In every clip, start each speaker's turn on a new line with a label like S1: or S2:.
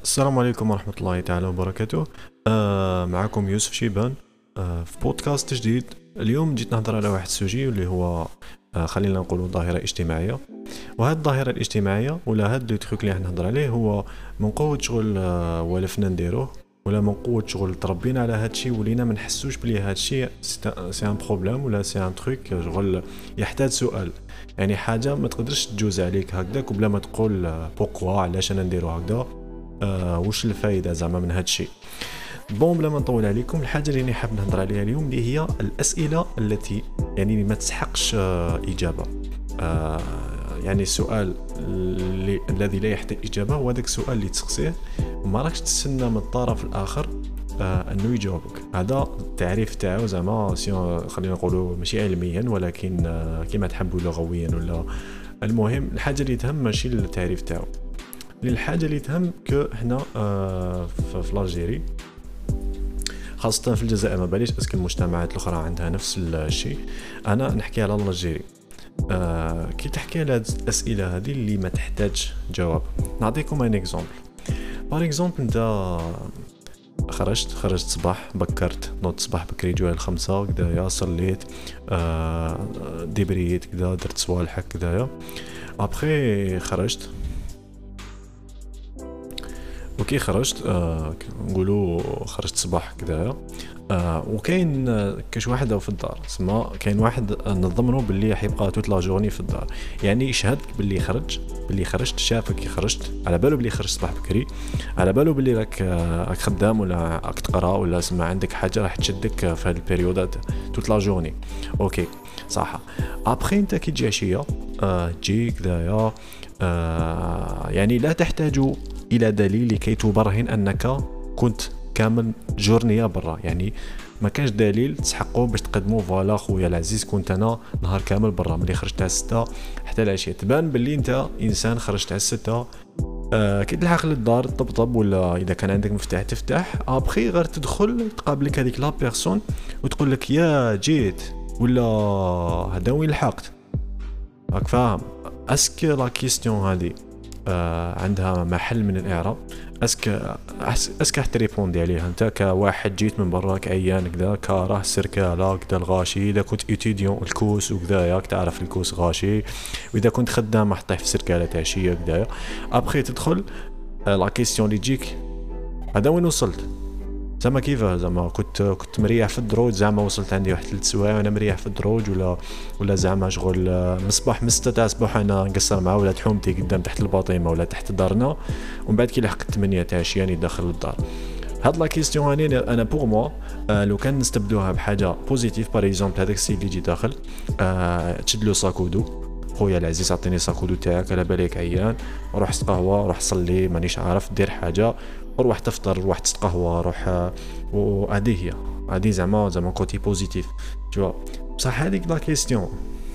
S1: السلام عليكم ورحمة الله تعالى وبركاته. معكم يوسف شيبان. في بودكاست جديد. اليوم جيت نهضر على واحد السوجي اللي هو خلينا نقولوا ظاهرة اجتماعية. وهذه الظاهرة الاجتماعية ولا هاد لو تروك اللي نهضر عليه هو من قوة شغل ولفنا نديروه، ولا من قوة شغل تربينا على هادشي ولينا ما نحسوش بلي هادشي سي ان بروبليم ولا سي ان تروك شغل يحتاج سؤال. يعني حاجة ما تقدرش تجوز عليك هكذاك وبلا ما تقول بوكوا علاش انا نديرو هكذا. وش الفائده زعما من هذا الشيء؟ بون بلا ما نطول عليكم، الحاجه اللي حاب نهضر عليها اليوم اللي هي الاسئله التي يعني ما تسحقش اجابه. يعني السؤال الذي لا يحتاج اجابه هو داك السؤال اللي تسقسيه وما راكش تستنى من الطرف الاخر انه يجاوبك. هذا التعريف تاعو زعما خلينا نقولوا ماشي علميا ولكن كما تحبوا لغويا ولا المهم الحاجه اللي تهم ماشي التعريف تاعو. للحاجه اللي تهم كو حنا في الجزائر خاصه في الجزائر، ما باليش اسك المجتمعات الاخرى عندها نفس الشيء. انا نحكي على الجزائر. كي تحكي على الاسئله هذه اللي ما تحتاج جواب، نعطيكم ان اكزامبل. بار اكزامبل انت خرجت صباح بكرت، نوض صباح بكري جوه 5 كدايا، صليت ديبريت كدا، درت صوالحك كدايا، ابخي خرجت. وكي خرجت نقولوا خرجت صباح كذا، وكاين كاش واحد في الدار سما كاين واحد نضمنه باللي حيبقى توت لا جورني في الدار، يعني يشهد باللي خرجت شافك كي خرجت، على بالو باللي خرجت صباح بكري، على بالو باللي راك خدام ولا راك تقرا ولا سما عندك حاجه راح تشدك في هذه البيريودات توت لا جورني. اوكي صح. ابخي انت كي تجي عشيه تجي كذايا، يعني لا تحتاج الى دليل لكي تبرهن انك كنت كامل جورنيه برا. يعني ما كانش دليل تسحقوا باش تقدموا فوالا خويا العزيز كنت انا نهار كامل برا، ملي خرجت على 6 حتى العشيه تبان باللي انت انسان خرجت على 6. كي تلحق للدار طبطب ولا اذا كان عندك مفتاح تفتح، ابخي غير تدخل تقابلك هذيك لا بيرسون وتقول لك يا جيت ولا هذا وين لحقت. راك فاهم؟ اسك لا كيستيون هذه عندها محل من الاعراب؟ اسك راح تريبوندي عليها انت كواحد جيت من براك عيان كذا، كراه سركاله كذا الغاشي، اذا كنت ايتيديون الكوس وكذا ياك تعرف الكوس غاشي، واذا كنت خدام راح تطيح في سركاله تاع شيه كذا. ابخي تدخل لا كيسيون اللي تجيك هذا وين وصلت؟ زعما كيفاه؟ زعما كنت مريح في الدروج، زعما وصلت عندي واحد 3 سوايع وانا مريح في الدروج، ولا زعما شغل مصباح من 6 تاع الصباح انا نقصر معاه، ولا تحومتي قدام تحت الباطيمه ولا تحت دارنا، ومن بعد كي لحقت 8 تاع عشيه داخل الدار. هاد لا كيستيون هاني انا بوغ موا لو كان نستبدلوها بحاجه بوزيتيف، بار اكزومبل هذاك السيد اللي يجي داخل تشد له ساكودو، خويا العزيز عطيني ساكودو تاعك على بالك عيان، روح قهوه، روح صلي، مانيش عارف دير حاجه، روح تفطر، روح تتقهوى، روح. وهذه هذه زعما كوتي بوزيتيف تو. بصح هذيك لا كيستيون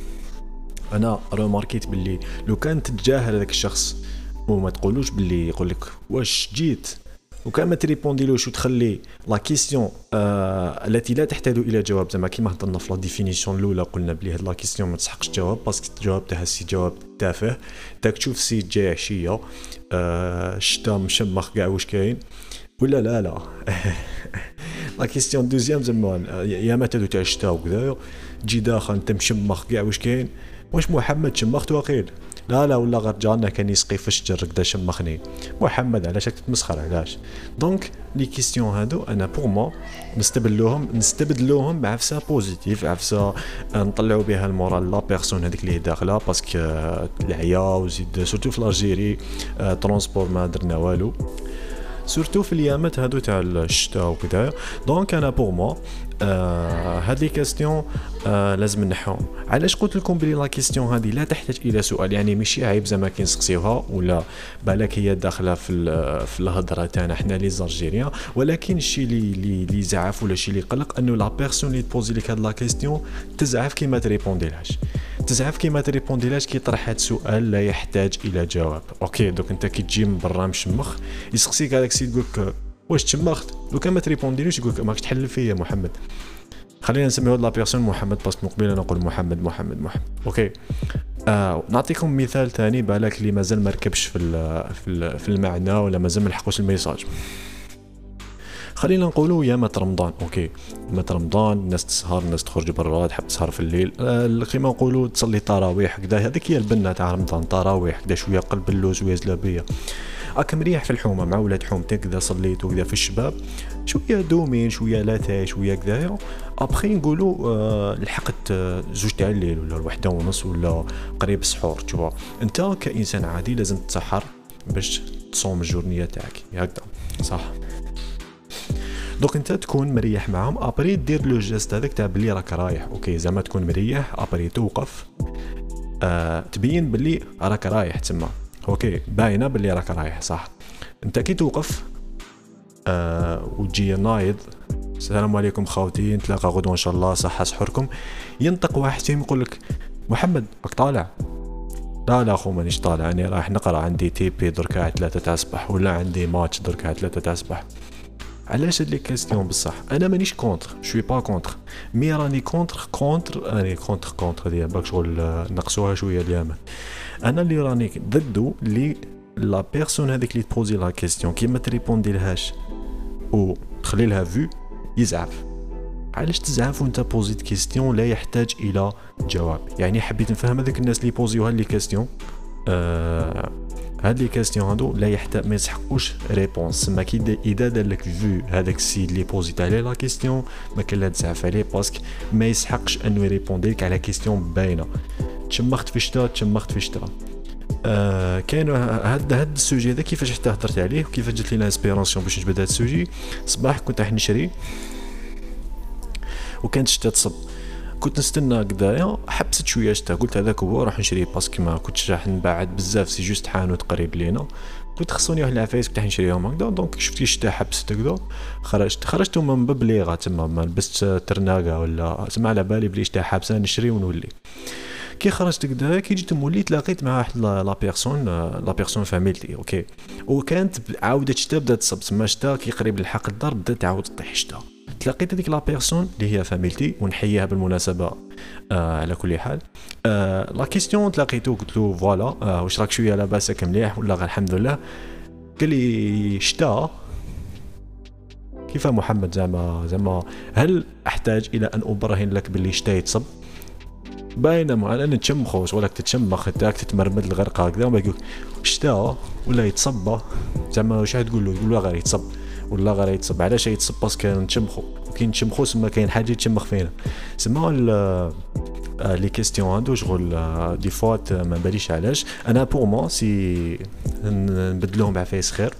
S1: انا رماركيت باللي لو كان تتجاهل هذاك الشخص وما تقولوش باللي يقول لك واش جيت، وكان ما تريبونديلوش وتخلي لا كيستيون التي لا تحتاج الى جواب، زعما كيما هضرنا في لا ديفينيسيون الاولى قلنا بلي هاد لا كيستيون ما تسحقش جواب باسكو الجواب تاعها سي جواب تافه. داك تشوف سيد جاي عشيه شتا مشمخ كاع واش كاين ولا لا لا كيستيون دوزيام زعما يا ما تدو تاع الشتا وكذا، تجي داخل انت مشمخ كاع واش كاين، واش محمد شمخت واقيل؟ لا ولا غير جانا كان يسقي في الشجر كدا شمخني. محمد علاش راك تتمسخر علاش؟ دونك لي كيستيون هادو انا بوغ مو نستبدلوهم بعفسه بوزيتيف، عفسه نطلعوا بها المورال لا بيرسون هذيك اللي داخله، باسكو العيا وزيد سورتو في الجزائر ترونسبور ما درنا والو، سورتو في اليامات هادو تاع الشتاء وكذا. دونك انا بوغ مو هاد لي كاستيون لازم نحوم. علاش قلت لكم بلي لا كيستيون هذه لا تحتاج الى سؤال؟ يعني ماشي عيب زعما كي نسقسيوها ولا بالك هي داخله في الهضره تاعنا حنا لي زالجيريان، ولكن الشيء اللي زعف ولا الشيء اللي قلق انه لا بيرسون اللي تبوزي لك هاد لا كيستيون تزعف كيما تريبونديلاش كي طرح هاد السؤال لا يحتاج الى جواب. اوكي دوك انت كي تجي من برا مشمخ يسقسيك هذاك السيد يقولك واش تشمخت، لو كان ما تريبونديلوش يقولك ماكش تحلف فيا محمد. خلينا نسميو هاد لا بيرسون محمد باسكو مقبل انا نقول محمد. اوكي. نعطيكم مثال ثاني بالك اللي مازال مركبش في المعنى ولا مازال ملحقوش الميساج. خلينا نقولوا يامات رمضان. اوكي، يامات رمضان الناس تسهر، الناس تخرج برا، تحب تسهر في الليل، كيما نقولوا تصلي تراويح كذا. هذيك هي البنه تاع رمضان، تراويح كذا، شويه قلب اللوز شويه زلابيه، راك مريح في الحومه مع ولاد حومتك كذا، صليت وكذا في الشباب، شويه دومين شويه لاتاي شويه كذا. ابخي نقولوا لحقت زوج تاع الليل ولا الوحده ونص ولا قريب السحور. تشوف انت كانسان عادي لازم تسحر باش تصوم الجورنيه تاعك هكذا، صح؟ دونك انت تكون مريح معهم، ابري دير لو جيست هذاك تاع بلي راك رايح. اوكي، زعما تكون مريح، ابري توقف، تبين بلي راك رايح تما. اوكي، باينه بلي راك رايح، صح؟ انت كي توقف وتجي نايض، السلام عليكم خاوتي، نتلاقى غدوه ان شاء الله، صحه سحوركم. ينطق واحد فيهم يقول لك محمد راك طالع؟ لا خو مانيش طالع، انا رايح نقرا، عندي تي بي دركا 3 تاع الصباح، ولا عندي ماتش دركا 3 تاع الصباح. علاش هاد لي كاستيون بصح؟ انا مانيش كونتر، شوي با كونتر، مي راني كونتر اني كونتر ديال باك شغل نقصوها شويه اليمن. انا اللي راني ضدو اللي لا بيرسون هذيك اللي تبوزي لا كاستيون كيما تريبوندي لهاش و تخلي لها فيو يزعف. علاش تزعف وانت بوزيت كاستيون لا يحتاج الى جواب؟ يعني حبيت نفهم هذوك الناس اللي بوزيوها لي كاستيون، هاد لي كاستيون هادو لا يحتاج ما يسحقوش ريبونس. ما كي اذا دار لك فيو هذاك السيد اللي بوزيت عليه لا كاستيون ما كان لا تزعف عليه، باسكو ما يسحقش انه يريبوندي لك على كاستيون باينه. تشمخت في الشتاء. كاين هاد السوجي هذا كيفاش حتى هضرت عليه وكيفاش جات لي لانسبيراسيون باش نجبد هاد السوجي. صباح كنت راح نشري وكانت الشتاء تصب، كنت نستنى قدايا، حبست شويه شتا، قلت هذاك هو راح نشري باسكو ما كنتش راح نبعد بزاف، سي جوست حانوت قريب لينا، قلت خصوني واحد العفايس كنت راح نشريهم هكذا. دونك شفت شتا حبست هكذا، خرجت من باب ليغا تما، ما لبست ترناقه ولا تما، على بالي بلي شتا حابسه نشري ونولي. كي خرجت كدا كي جيت مولي تلاقيت مع واحد لا بيرسون فاميلتي. اوكي، وكانت عاودت شتا بدات تصب تما، شتا كي قريب للحق الدار بدات تعاود تطيح شتا. تلاقيت هذيك لا بيرسون اللي هي فاميلتي ونحييها بالمناسبه. على كل حال لا كيستيون تلاقيتو قلت له فوالا واش راك شويه لاباسك مليح ولا غير الحمد لله؟ قال لي شتا كيف محمد، زعما هل احتاج الى ان ابرهن لك باللي شتا يتصب؟ باينه انا نتشمخوش ولا تتشمخ تاك تتمرمد الغرقه هكذا، ما يقول شتا ولا يتصب، زعما واش تقول له؟ تقول له غير يتصب ولا غير يتصب. علاش يتصب؟ باسكو نتشمخو، وكي نتشمخو سما كاين حاجه يتشمخ فينا. سما لي كيستيون هادو شغل دي فوت ما باليش علاش. انا بور مو سي نبدلوهم بعفايس خير،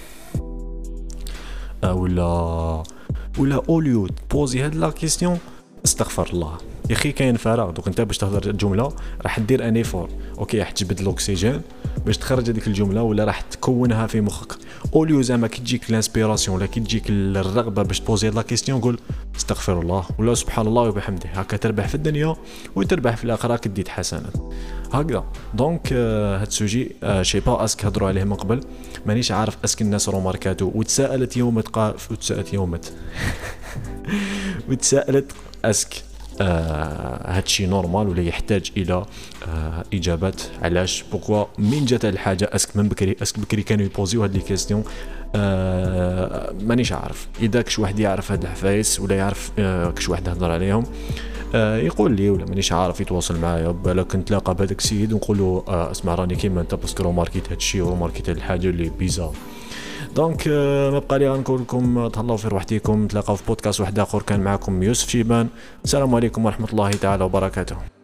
S1: ولا اوليو بوزي هاد لا كيستيون، استغفر الله يا اخي كاين فراغ. دوك انت باش تهضر الجمله راح دير اني فور، اوكي، راح تجبد الاكسجين باش تخرج هذيك الجمله ولا راح تكونها في مخك. اوليو زعما كي تجيك الانسبيراسيون ولا كي تجيك الرغبه باش تبوزي لا كيستيون قول استغفر الله ولا سبحان الله وبحمده، هكا تربح في الدنيا وتربح في الاخره كديت حسنات هكذا. دونك هاد السوجي شي با اسك هضروا عليه من قبل، مانيش عارف اسك الناس روماركاتو وتسالت وتسالت اسك هادشي نورمال ولا يحتاج الى اجابات؟ علاش بوكوا من جات الحاجه اسك من بكري، اسك بكري كانوا يبوزيو هاد لي كيستيون. مانيش عارف اذا كش واحد يعرف هاد الحفايس ولا يعرف كش واحد هضر عليهم يقول لي، ولا مانيش عارف يتواصل معايا. بالك نتلاقى بهذاك السيد ونقول له اسمع راني كيما انت باسكو روماركيت هادشي وروماركيت هاد الحاجه اللي بيزار. دونك ما بقى لي نقول لكم تهلاو في روحتكم، نتلاقاو في بودكاست واحد اخر. كان معكم يوسف شيبان، السلام عليكم ورحمه الله تعالى وبركاته.